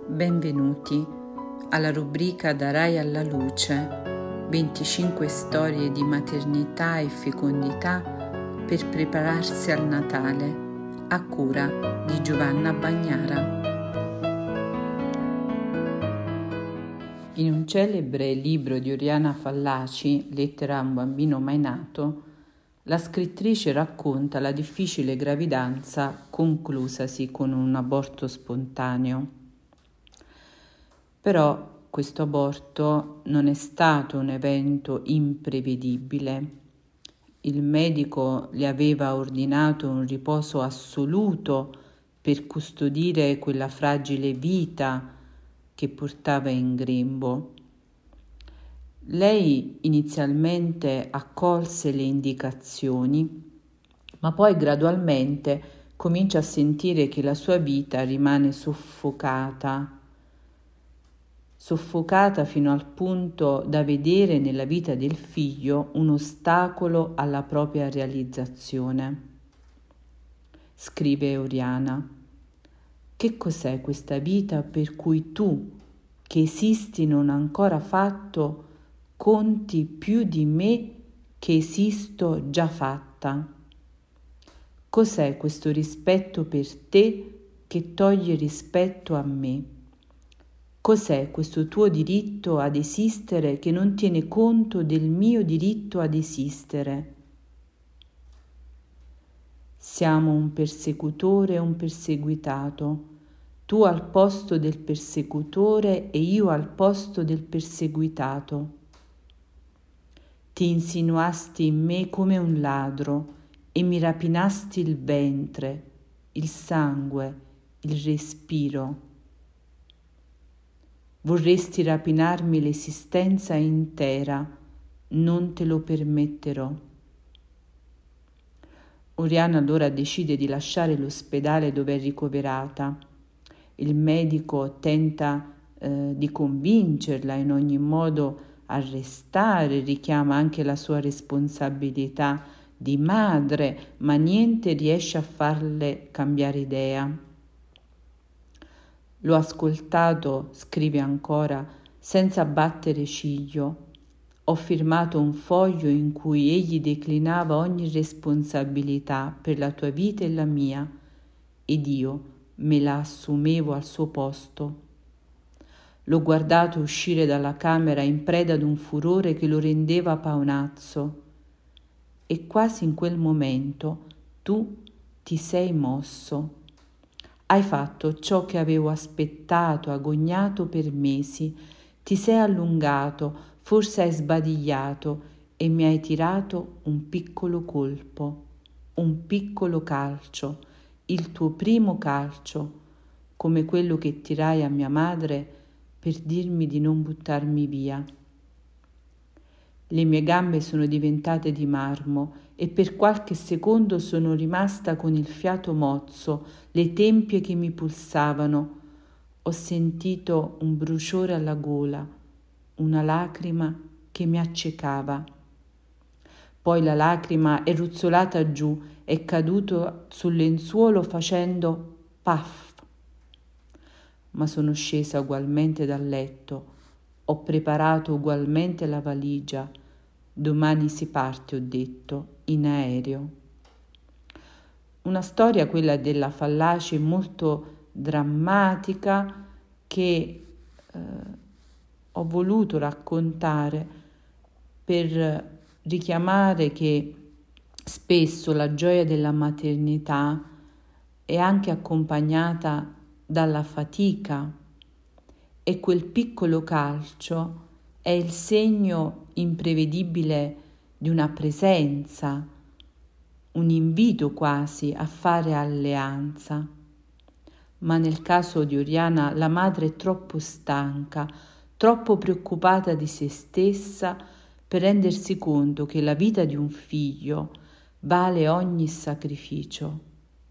Benvenuti alla rubrica Darai alla luce 25 storie di maternità e fecondità per prepararsi al Natale, a cura di Giovanna Bagnara. In un celebre libro di Oriana Fallaci, Lettera a un bambino mai nato, la scrittrice racconta la difficile gravidanza conclusasi con un aborto spontaneo. Però questo aborto non è stato un evento imprevedibile. Il medico le aveva ordinato un riposo assoluto per custodire quella fragile vita che portava in grembo. Lei inizialmente accolse le indicazioni, ma poi gradualmente comincia a sentire che la sua vita rimane soffocata fino al punto da vedere nella vita del figlio un ostacolo alla propria realizzazione. Scrive Oriana: che cos'è questa vita per cui tu, che esisti non ancora fatto, conti più di me che esisto già fatta? Cos'è questo rispetto per te che toglie rispetto a me? Cos'è questo tuo diritto ad esistere che non tiene conto del mio diritto ad esistere? Siamo un persecutore e un perseguitato, tu al posto del persecutore e io al posto del perseguitato. Ti insinuasti in me come un ladro e mi rapinasti il ventre, il sangue, il respiro. Vorresti rapinarmi l'esistenza intera, non te lo permetterò. Oriana allora decide di lasciare l'ospedale dove è ricoverata. Il medico tenta di convincerla in ogni modo a restare, richiama anche la sua responsabilità di madre, ma niente riesce a farle cambiare idea. L'ho ascoltato, scrive ancora, senza battere ciglio. Ho firmato un foglio in cui egli declinava ogni responsabilità per la tua vita e la mia, ed io me la assumevo al suo posto. L'ho guardato uscire dalla camera in preda ad un furore che lo rendeva paonazzo, e quasi in quel momento tu ti sei mosso. Hai fatto ciò che avevo aspettato, agognato per mesi, ti sei allungato, forse hai sbadigliato e mi hai tirato un piccolo colpo, un piccolo calcio, il tuo primo calcio, come quello che tirai a mia madre per dirmi di non buttarmi via. Le mie gambe sono diventate di marmo e per qualche secondo sono rimasta con il fiato mozzo, le tempie che mi pulsavano. Ho sentito un bruciore alla gola, una lacrima che mi accecava. Poi la lacrima è ruzzolata giù, è caduto sul lenzuolo facendo paff. Ma sono scesa ugualmente dal letto, ho preparato ugualmente la valigia. Domani si parte, ho detto, in aereo. Una storia, quella della Fallaci, molto drammatica, che ho voluto raccontare per richiamare che spesso la gioia della maternità è anche accompagnata dalla fatica, e quel piccolo calcio è il segno imprevedibile di una presenza, un invito quasi a fare alleanza. Ma nel caso di Oriana la madre è troppo stanca, troppo preoccupata di se stessa per rendersi conto che la vita di un figlio vale ogni sacrificio.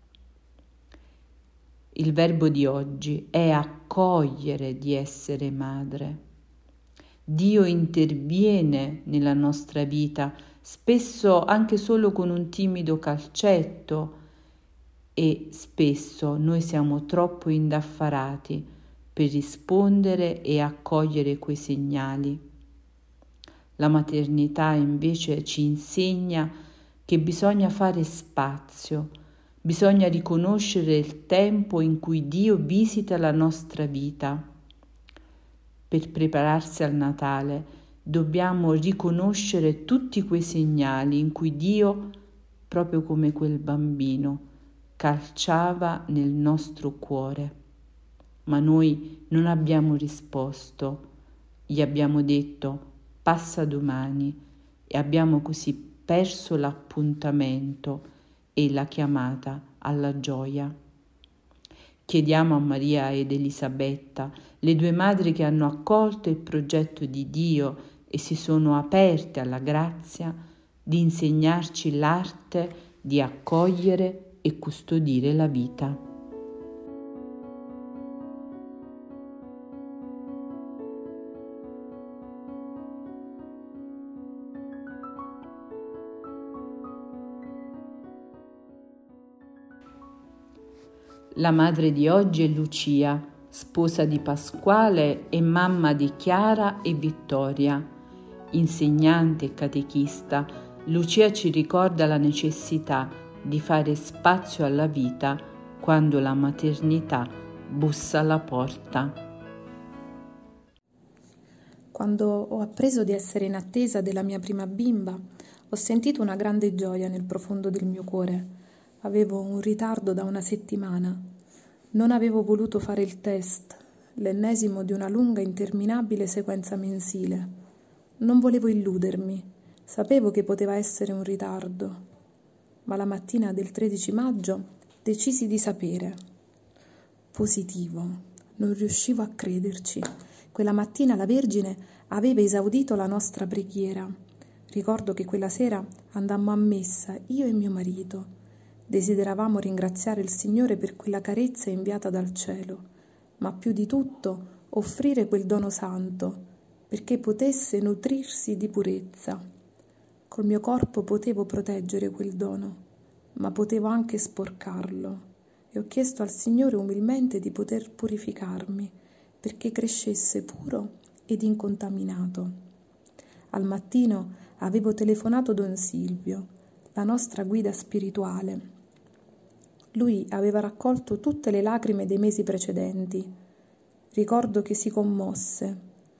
Il verbo di oggi è accogliere di essere madre. Dio interviene nella nostra vita, spesso anche solo con un timido calcetto, e spesso noi siamo troppo indaffarati per rispondere e accogliere quei segnali. La maternità invece ci insegna che bisogna fare spazio, bisogna riconoscere il tempo in cui Dio visita la nostra vita. Per prepararsi al Natale dobbiamo riconoscere tutti quei segnali in cui Dio, proprio come quel bambino, calciava nel nostro cuore. Ma noi non abbiamo risposto, gli abbiamo detto passa domani e abbiamo così perso l'appuntamento e la chiamata alla gioia. Chiediamo a Maria ed Elisabetta, le due madri che hanno accolto il progetto di Dio e si sono aperte alla grazia, di insegnarci l'arte di accogliere e custodire la vita. La madre di oggi è Lucia, sposa di Pasquale e mamma di Chiara e Vittoria. Insegnante e catechista, Lucia ci ricorda la necessità di fare spazio alla vita quando la maternità bussa alla porta. Quando ho appreso di essere in attesa della mia prima bimba, ho sentito una grande gioia nel profondo del mio cuore. Avevo un ritardo da una settimana. Non avevo voluto fare il test, l'ennesimo di una lunga interminabile sequenza mensile. Non volevo illudermi. Sapevo che poteva essere un ritardo. Ma la mattina del 13 maggio decisi di sapere. Positivo. Non riuscivo a crederci. Quella mattina la Vergine aveva esaudito la nostra preghiera. Ricordo che quella sera andammo a messa, io e mio marito. Desideravamo ringraziare il Signore per quella carezza inviata dal cielo, ma più di tutto offrire quel dono santo, perché potesse nutrirsi di purezza. Col mio corpo potevo proteggere quel dono, ma potevo anche sporcarlo, e ho chiesto al Signore umilmente di poter purificarmi, perché crescesse puro ed incontaminato. Al mattino avevo telefonato Don Silvio, la nostra guida spirituale. Lui aveva raccolto tutte le lacrime dei mesi precedenti. Ricordo che si commosse.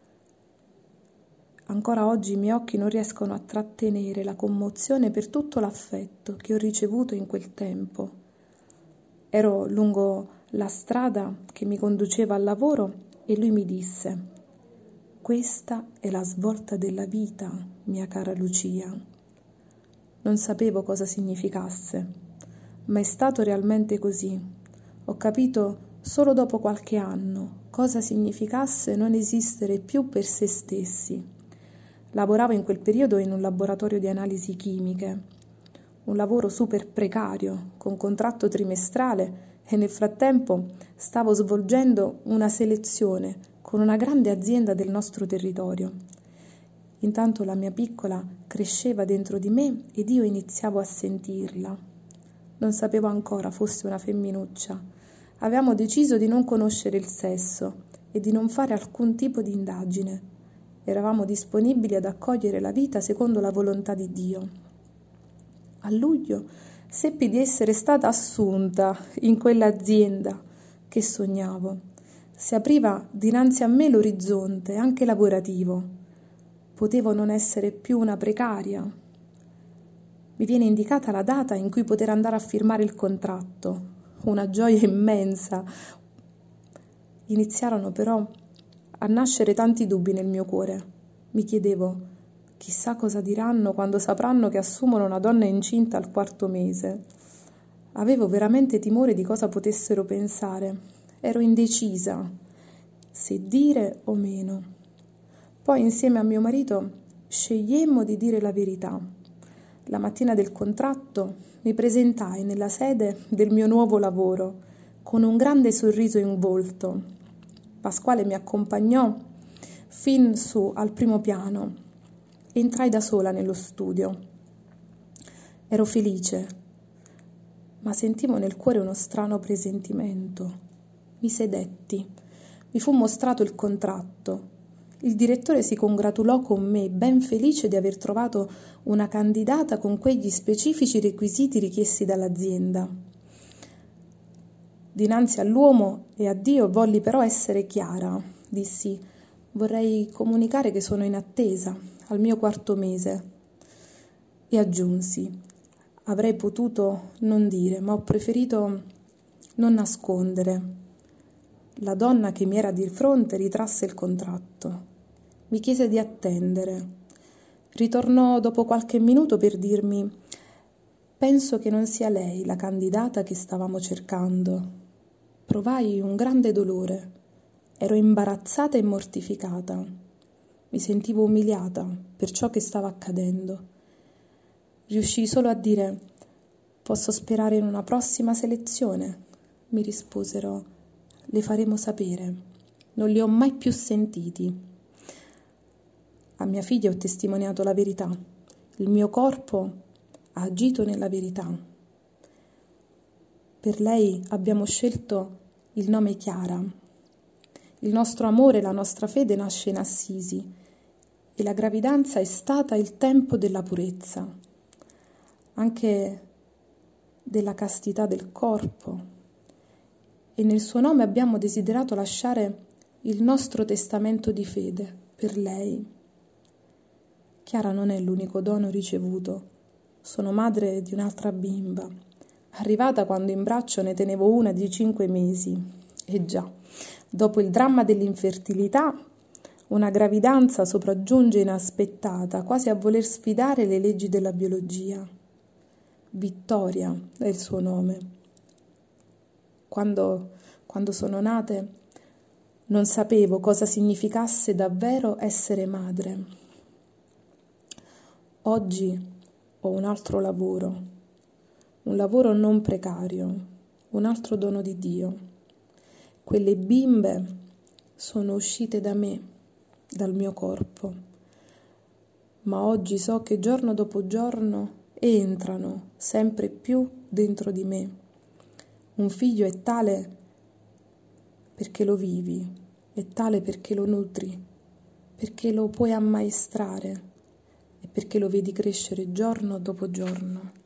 Ancora oggi i miei occhi non riescono a trattenere la commozione per tutto l'affetto che ho ricevuto in quel tempo. Ero lungo la strada che mi conduceva al lavoro e lui mi disse: «Questa è la svolta della vita, mia cara Lucia». Non sapevo cosa significasse. Ma è stato realmente così. Ho capito solo dopo qualche anno cosa significasse non esistere più per se stessi. Lavoravo in quel periodo in un laboratorio di analisi chimiche, un lavoro super precario, con contratto trimestrale, e nel frattempo stavo svolgendo una selezione con una grande azienda del nostro territorio. Intanto la mia piccola cresceva dentro di me ed io iniziavo a sentirla. Non sapevo ancora fosse una femminuccia. Avevamo deciso di non conoscere il sesso e di non fare alcun tipo di indagine. Eravamo disponibili ad accogliere la vita secondo la volontà di Dio. A luglio seppi di essere stata assunta in quell'azienda che sognavo. Si apriva dinanzi a me l'orizzonte, anche lavorativo. Potevo non essere più una precaria. Mi viene indicata la data in cui poter andare a firmare il contratto. Una gioia immensa. Iniziarono però a nascere tanti dubbi nel mio cuore. Mi chiedevo, chissà cosa diranno quando sapranno che assumono una donna incinta al 4º mese. Avevo veramente timore di cosa potessero pensare. Ero indecisa, se dire o meno. Poi insieme a mio marito scegliemmo di dire la verità. La mattina del contratto mi presentai nella sede del mio nuovo lavoro con un grande sorriso in volto. Pasquale mi accompagnò fin su al primo piano. Entrai da sola nello studio. Ero felice, ma sentivo nel cuore uno strano presentimento. Mi sedetti, Mi fu mostrato il contratto. Il direttore si congratulò con me, ben felice di aver trovato una candidata con quegli specifici requisiti richiesti dall'azienda. Dinanzi all'uomo e a Dio volli però essere chiara. Dissi: vorrei comunicare che sono in attesa, al mio 4º mese. E aggiunsi: avrei potuto non dire, ma ho preferito non nascondere. La donna che mi era di fronte ritrasse il contratto. Mi chiese di attendere. Ritornò dopo qualche minuto per dirmi: penso che non sia lei la candidata che stavamo cercando. Provai un grande dolore. Ero imbarazzata e mortificata. Mi sentivo umiliata per ciò che stava accadendo. Riuscii solo a dire: posso sperare in una prossima selezione? Mi risposero: le faremo sapere. Non li ho mai più sentiti. A mia figlia ho testimoniato la verità. Il mio corpo ha agito nella verità. Per lei abbiamo scelto il nome Chiara. Il nostro amore e la nostra fede nasce in Assisi e la gravidanza è stata il tempo della purezza, anche della castità del corpo, e nel suo nome abbiamo desiderato lasciare il nostro testamento di fede per lei. Chiara non è l'unico dono ricevuto. Sono madre di un'altra bimba, arrivata quando in braccio ne tenevo una di 5 mesi. E già, dopo il dramma dell'infertilità, una gravidanza sopraggiunge inaspettata, quasi a voler sfidare le leggi della biologia. Vittoria è il suo nome. Quando sono nate, non sapevo cosa significasse davvero essere madre. Oggi ho un altro lavoro, un lavoro non precario, un altro dono di Dio. Quelle bimbe sono uscite da me, dal mio corpo, ma oggi so che giorno dopo giorno entrano sempre più dentro di me. Un figlio è tale perché lo vivi, è tale perché lo nutri, perché lo puoi ammaestrare e perché lo vedi crescere giorno dopo giorno.